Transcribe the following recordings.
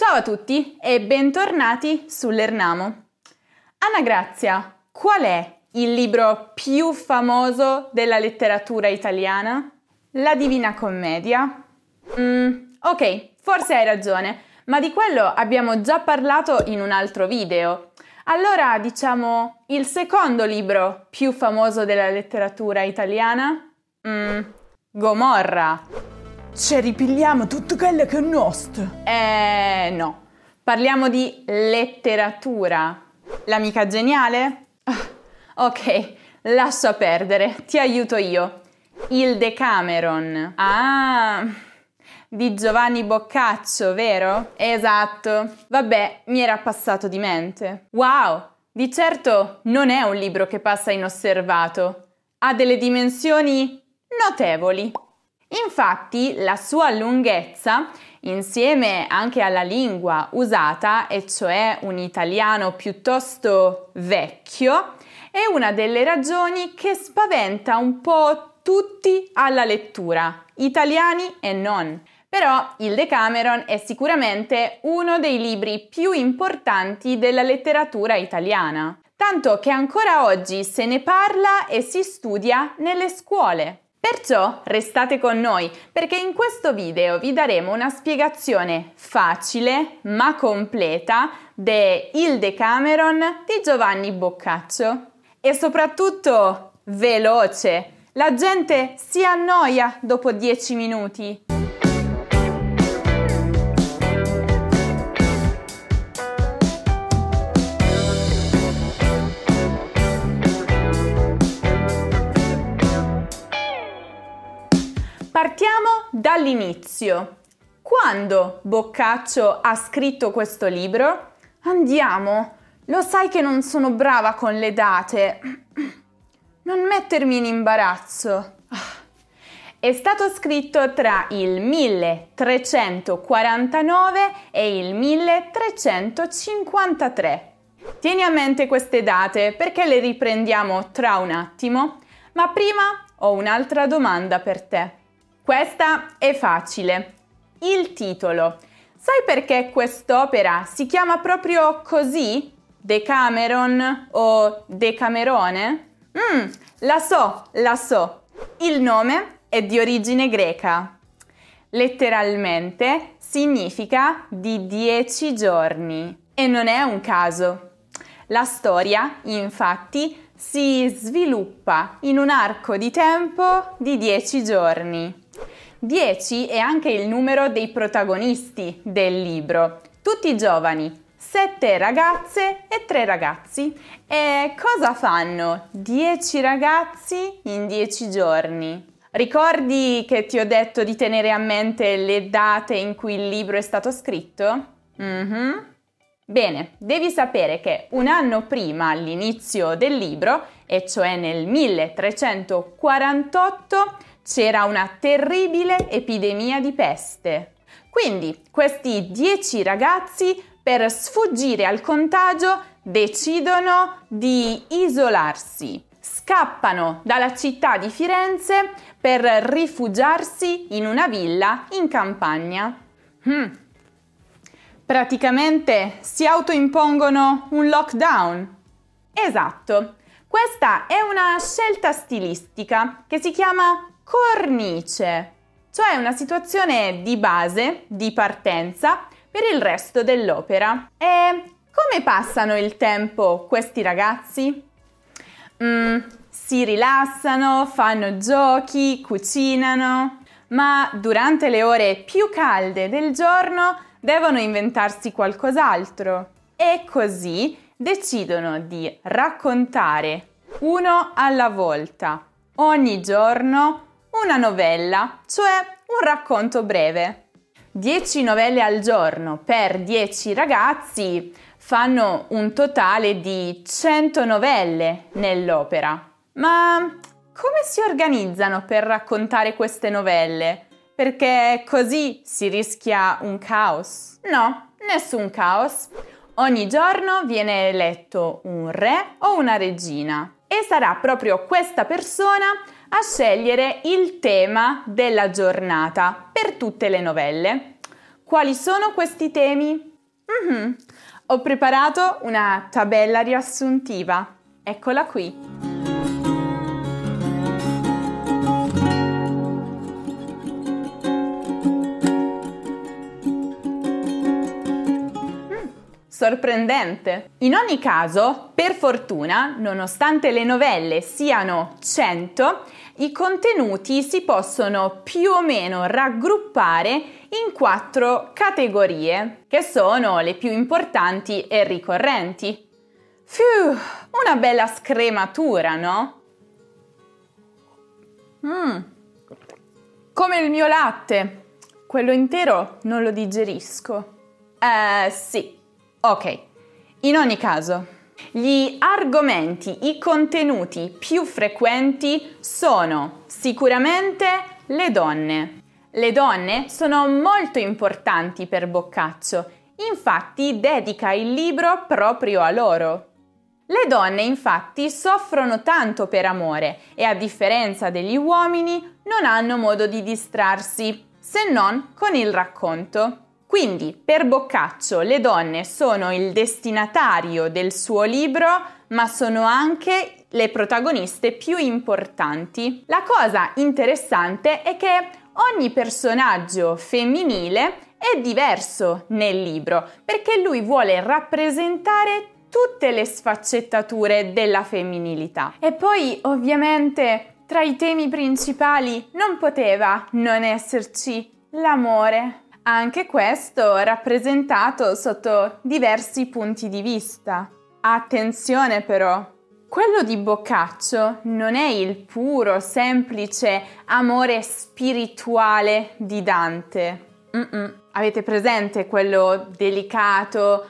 Ciao a tutti e bentornati sull'Ernamo. Anna Grazia, qual è il libro più famoso della letteratura italiana? La Divina Commedia? Ok, forse hai ragione, ma di quello abbiamo già parlato in un altro video. Allora diciamo il secondo libro più famoso della letteratura italiana? Gomorra. Ci ripigliamo tutto quello che è nostro. No. Parliamo di letteratura. L'amica geniale? Ok, lascia perdere, ti aiuto io. Il Decameron. Ah, di Giovanni Boccaccio, vero? Esatto. Vabbè, mi era passato di mente. Wow, di certo non è un libro che passa inosservato. Ha delle dimensioni notevoli. Infatti, la sua lunghezza, insieme anche alla lingua usata, e cioè un italiano piuttosto vecchio, è una delle ragioni che spaventa un po' tutti alla lettura, italiani e non. Però il Decameron è sicuramente uno dei libri più importanti della letteratura italiana, tanto che ancora oggi se ne parla e si studia nelle scuole. Perciò restate con noi, perché in questo video vi daremo una spiegazione facile ma completa de Il Decameron di Giovanni Boccaccio. E soprattutto veloce, la gente si annoia dopo 10 minuti. Partiamo dall'inizio. Quando Boccaccio ha scritto questo libro? Andiamo, lo sai che non sono brava con le date. Non mettermi in imbarazzo. È stato scritto tra il 1349 e il 1353. Tieni a mente queste date perché le riprendiamo tra un attimo, ma prima ho un'altra domanda per te. Questa è facile. Il titolo. Sai perché quest'opera si chiama proprio così? Decameron o Decamerone? La so. Il nome è di origine greca. Letteralmente significa di 10 giorni. E non è un caso. La storia, infatti, si sviluppa in un arco di tempo di 10 giorni. 10 è anche il numero dei protagonisti del libro, tutti giovani, 7 ragazze e 3 ragazzi. E cosa fanno 10 ragazzi in 10 giorni? Ricordi che ti ho detto di tenere a mente le date in cui il libro è stato scritto? Bene, devi sapere che un anno prima all'inizio del libro, e cioè nel 1348, c'era una terribile epidemia di peste. Quindi questi 10 ragazzi, per sfuggire al contagio, decidono di isolarsi. Scappano dalla città di Firenze per rifugiarsi in una villa in campagna. Praticamente si autoimpongono un lockdown. Esatto, questa è una scelta stilistica che si chiama cornice, cioè una situazione di base, di partenza, per il resto dell'opera. E come passano il tempo questi ragazzi? Si rilassano, fanno giochi, cucinano, ma durante le ore più calde del giorno devono inventarsi qualcos'altro. E così decidono di raccontare uno alla volta, ogni giorno, una novella, cioè un racconto breve. 10 novelle al giorno per 10 ragazzi fanno un totale di 100 novelle nell'opera. Ma come si organizzano per raccontare queste novelle? Perché così si rischia un caos? No, nessun caos. Ogni giorno viene eletto un re o una regina e sarà proprio questa persona a scegliere il tema della giornata per tutte le novelle. Quali sono questi temi? Ho preparato una tabella riassuntiva. Eccola qui. Sorprendente! In ogni caso, per fortuna, nonostante le novelle siano 100, i contenuti si possono più o meno raggruppare in 4 categorie, che sono le più importanti e ricorrenti. Una bella scrematura, no? Come il mio latte. Quello intero non lo digerisco. Sì. Ok, in ogni caso, gli argomenti, i contenuti più frequenti sono sicuramente le donne. Le donne sono molto importanti per Boccaccio, infatti dedica il libro proprio a loro. Le donne infatti soffrono tanto per amore e a differenza degli uomini non hanno modo di distrarsi, se non con il racconto. Quindi, per Boccaccio, le donne sono il destinatario del suo libro, ma sono anche le protagoniste più importanti. La cosa interessante è che ogni personaggio femminile è diverso nel libro, perché lui vuole rappresentare tutte le sfaccettature della femminilità. E poi, ovviamente, tra i temi principali non poteva non esserci l'amore. Anche questo rappresentato sotto diversi punti di vista. Attenzione però, quello di Boccaccio non è il puro, semplice amore spirituale di Dante. Avete presente quello delicato,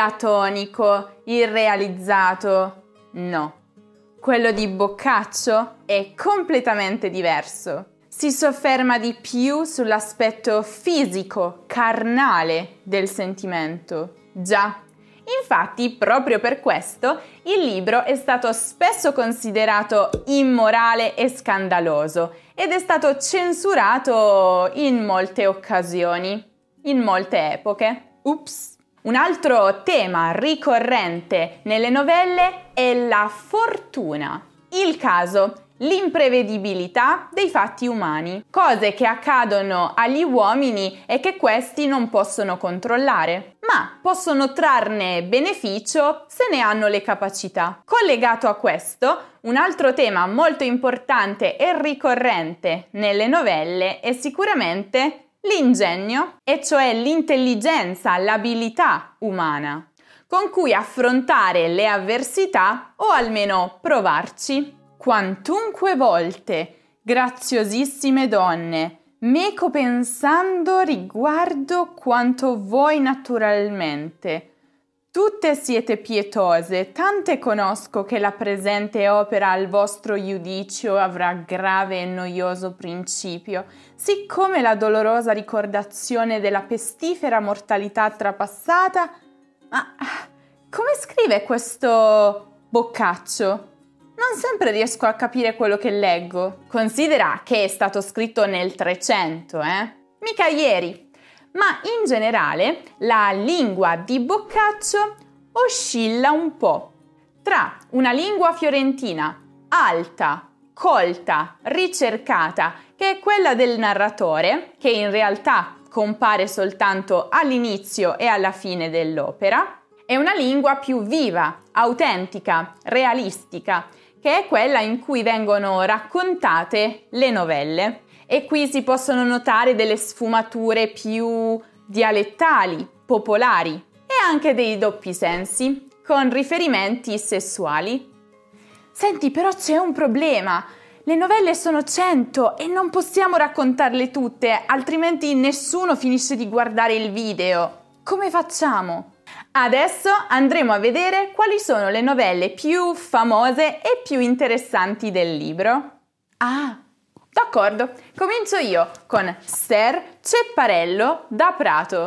platonico, irrealizzato? No. Quello di Boccaccio è completamente diverso. Si sofferma di più sull'aspetto fisico, carnale del sentimento. Già, infatti, proprio per questo, il libro è stato spesso considerato immorale e scandaloso ed è stato censurato in molte occasioni, in molte epoche. Ups! Un altro tema ricorrente nelle novelle è la fortuna, il caso, l'imprevedibilità dei fatti umani, cose che accadono agli uomini e che questi non possono controllare, ma possono trarne beneficio se ne hanno le capacità. Collegato a questo, un altro tema molto importante e ricorrente nelle novelle è sicuramente l'ingegno, e cioè l'intelligenza, l'abilità umana, con cui affrontare le avversità o almeno provarci. Quantunque volte, graziosissime donne, meco pensando riguardo quanto voi naturalmente. Tutte siete pietose, tante conosco che la presente opera al vostro giudicio avrà grave e noioso principio, siccome la dolorosa ricordazione della pestifera mortalità trapassata. Ma come scrive questo Boccaccio? Non sempre riesco a capire quello che leggo. Considera che è stato scritto nel 300, mica ieri. Ma in generale la lingua di Boccaccio oscilla un po' tra una lingua fiorentina alta, colta, ricercata, che è quella del narratore, che in realtà compare soltanto all'inizio e alla fine dell'opera, e una lingua più viva, autentica, realistica, che è quella in cui vengono raccontate le novelle. E qui si possono notare delle sfumature più dialettali, popolari e anche dei doppi sensi, con riferimenti sessuali. Senti, però c'è un problema. Le novelle sono 100 e non possiamo raccontarle tutte, altrimenti nessuno finisce di guardare il video. Come facciamo? Adesso andremo a vedere quali sono le novelle più famose e più interessanti del libro. Ah, d'accordo, comincio io con Ser Cepparello da Prato.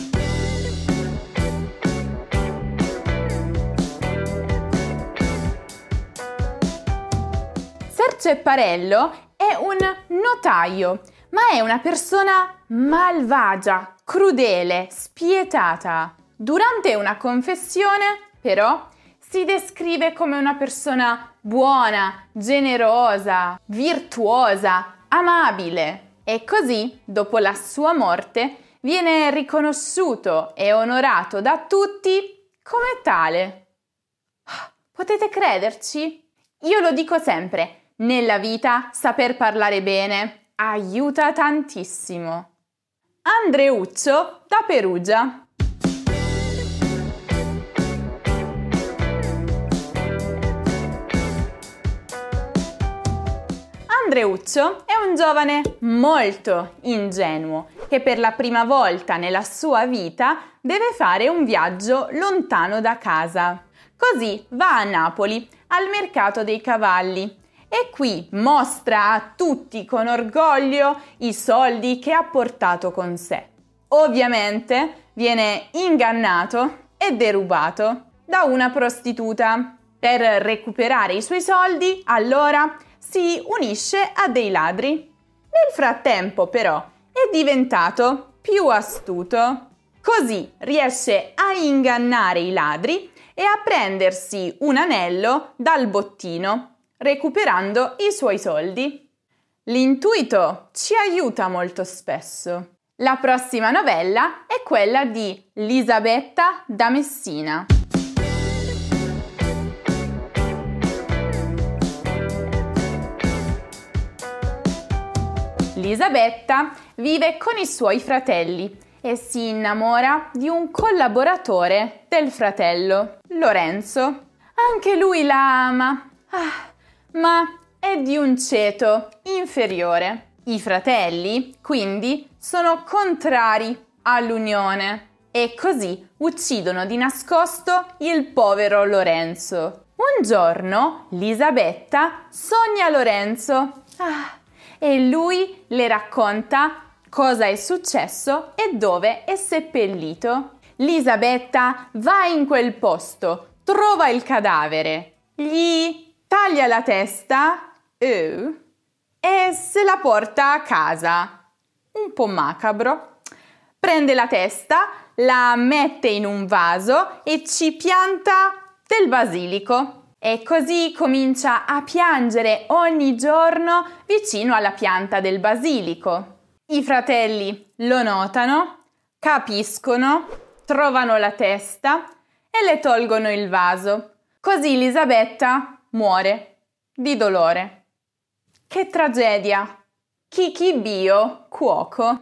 Ser Cepparello è un notaio, ma è una persona malvagia, crudele, spietata. Durante una confessione, però, si descrive come una persona buona, generosa, virtuosa, amabile. E così, dopo la sua morte, viene riconosciuto e onorato da tutti come tale. Potete crederci? Io lo dico sempre, nella vita saper parlare bene aiuta tantissimo. Andreuccio da Perugia. Andreuccio è un giovane molto ingenuo che per la prima volta nella sua vita deve fare un viaggio lontano da casa. Così va a Napoli al mercato dei cavalli e qui mostra a tutti con orgoglio i soldi che ha portato con sé. Ovviamente viene ingannato e derubato da una prostituta. Per recuperare i suoi soldi, allora si unisce a dei ladri. Nel frattempo, però, è diventato più astuto. Così riesce a ingannare i ladri e a prendersi un anello dal bottino, recuperando i suoi soldi. L'intuito ci aiuta molto spesso. La prossima novella è quella di Lisabetta da Messina. Lisabetta vive con i suoi fratelli e si innamora di un collaboratore del fratello, Lorenzo. Anche lui la ama, ma è di un ceto inferiore. I fratelli, quindi, sono contrari all'unione e così uccidono di nascosto il povero Lorenzo. Un giorno Lisabetta sogna Lorenzo e lui le racconta cosa è successo e dove è seppellito. Lisabetta va in quel posto, trova il cadavere, gli taglia la testa e se la porta a casa. Un po' macabro. Prende la testa, la mette in un vaso e ci pianta del basilico. E così comincia a piangere ogni giorno vicino alla pianta del basilico. I fratelli lo notano, capiscono, trovano la testa e le tolgono il vaso. Così Lisabetta muore di dolore. Che tragedia! Kikibio, cuoco.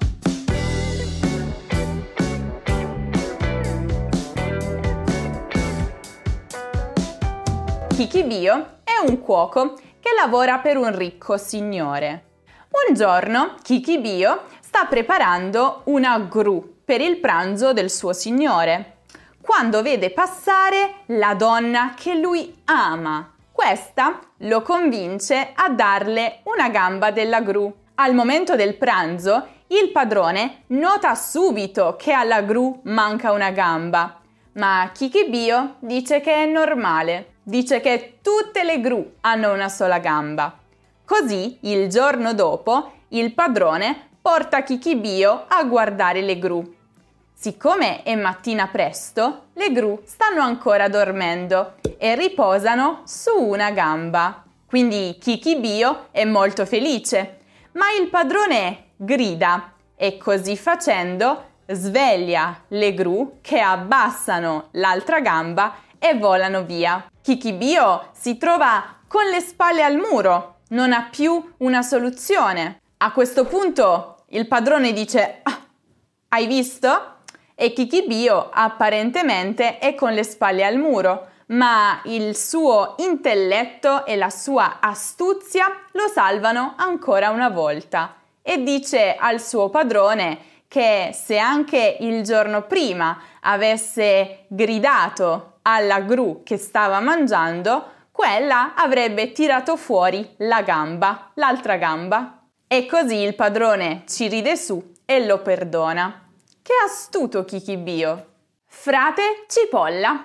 Kikibio è un cuoco che lavora per un ricco signore. Un giorno Kikibio sta preparando una gru per il pranzo del suo signore, quando vede passare la donna che lui ama. Questa lo convince a darle una gamba della gru. Al momento del pranzo, il padrone nota subito che alla gru manca una gamba, ma Kikibio dice che è normale. Dice che tutte le gru hanno una sola gamba. Così, il giorno dopo, il padrone porta Kikibio a guardare le gru. Siccome è mattina presto, le gru stanno ancora dormendo e riposano su una gamba. Quindi Kikibio è molto felice, ma il padrone grida e così facendo sveglia le gru che abbassano l'altra gamba e volano via. Kikibio si trova con le spalle al muro, non ha più una soluzione. A questo punto il padrone dice: hai visto? E Kikibio apparentemente è con le spalle al muro, ma il suo intelletto e la sua astuzia lo salvano ancora una volta. E dice al suo padrone che se anche il giorno prima avesse gridato alla gru che stava mangiando, quella avrebbe tirato fuori la gamba, l'altra gamba. E così il padrone ci ride su e lo perdona. Che astuto Kikibio! Frate Cipolla.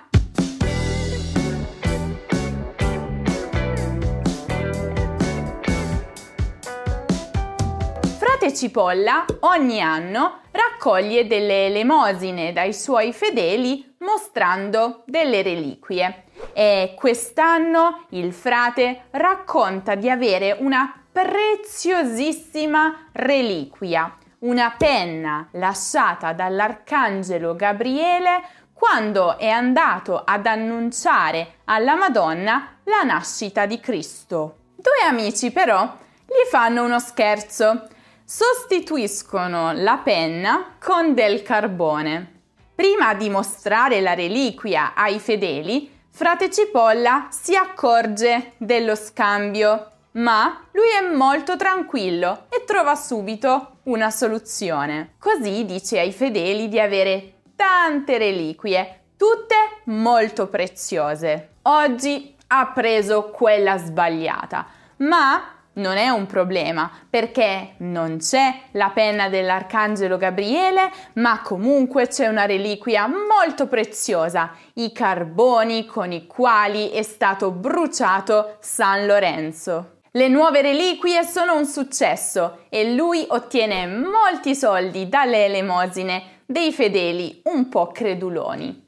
Frate Frate Cipolla ogni anno raccoglie delle elemosine dai suoi fedeli mostrando delle reliquie e quest'anno il frate racconta di avere una preziosissima reliquia, una penna lasciata dall'arcangelo Gabriele quando è andato ad annunciare alla Madonna la nascita di Cristo. Due amici però gli fanno uno scherzo. Sostituiscono la penna con del carbone. Prima di mostrare la reliquia ai fedeli, frate Cipolla si accorge dello scambio, ma lui è molto tranquillo e trova subito una soluzione. Così dice ai fedeli di avere tante reliquie, tutte molto preziose. Oggi ha preso quella sbagliata, ma non è un problema perché non c'è la penna dell'arcangelo Gabriele, ma comunque c'è una reliquia molto preziosa, i carboni con i quali è stato bruciato San Lorenzo. Le nuove reliquie sono un successo e lui ottiene molti soldi dalle elemosine dei fedeli un po' creduloni.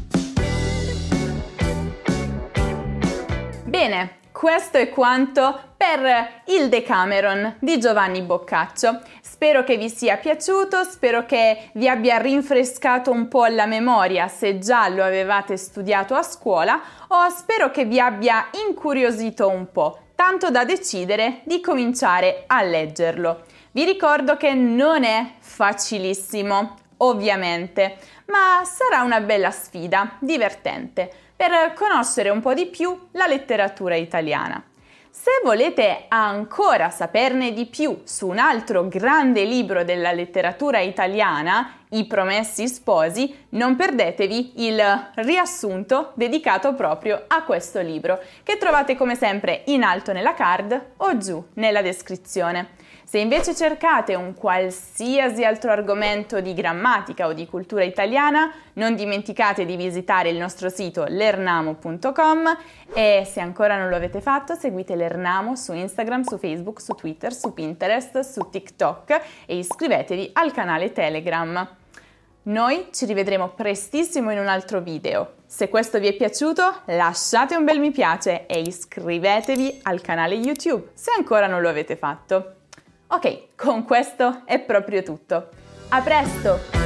Bene, questo è quanto per il Decameron di Giovanni Boccaccio. Spero che vi sia piaciuto, spero che vi abbia rinfrescato un po' la memoria se già lo avevate studiato a scuola o spero che vi abbia incuriosito un po', tanto da decidere di cominciare a leggerlo. Vi ricordo che non è facilissimo, ovviamente, ma sarà una bella sfida, divertente, per conoscere un po' di più la letteratura italiana. Se volete ancora saperne di più su un altro grande libro della letteratura italiana, I Promessi Sposi, non perdetevi il riassunto dedicato proprio a questo libro, che trovate come sempre in alto nella card o giù nella descrizione. Se invece cercate un qualsiasi altro argomento di grammatica o di cultura italiana, non dimenticate di visitare il nostro sito lernamo.com e se ancora non lo avete fatto, seguite Lernamo su Instagram, su Facebook, su Twitter, su Pinterest, su TikTok e iscrivetevi al canale Telegram. Noi ci rivedremo prestissimo in un altro video. Se questo vi è piaciuto, lasciate un bel mi piace e iscrivetevi al canale YouTube se ancora non lo avete fatto. Ok, con questo è proprio tutto. A presto!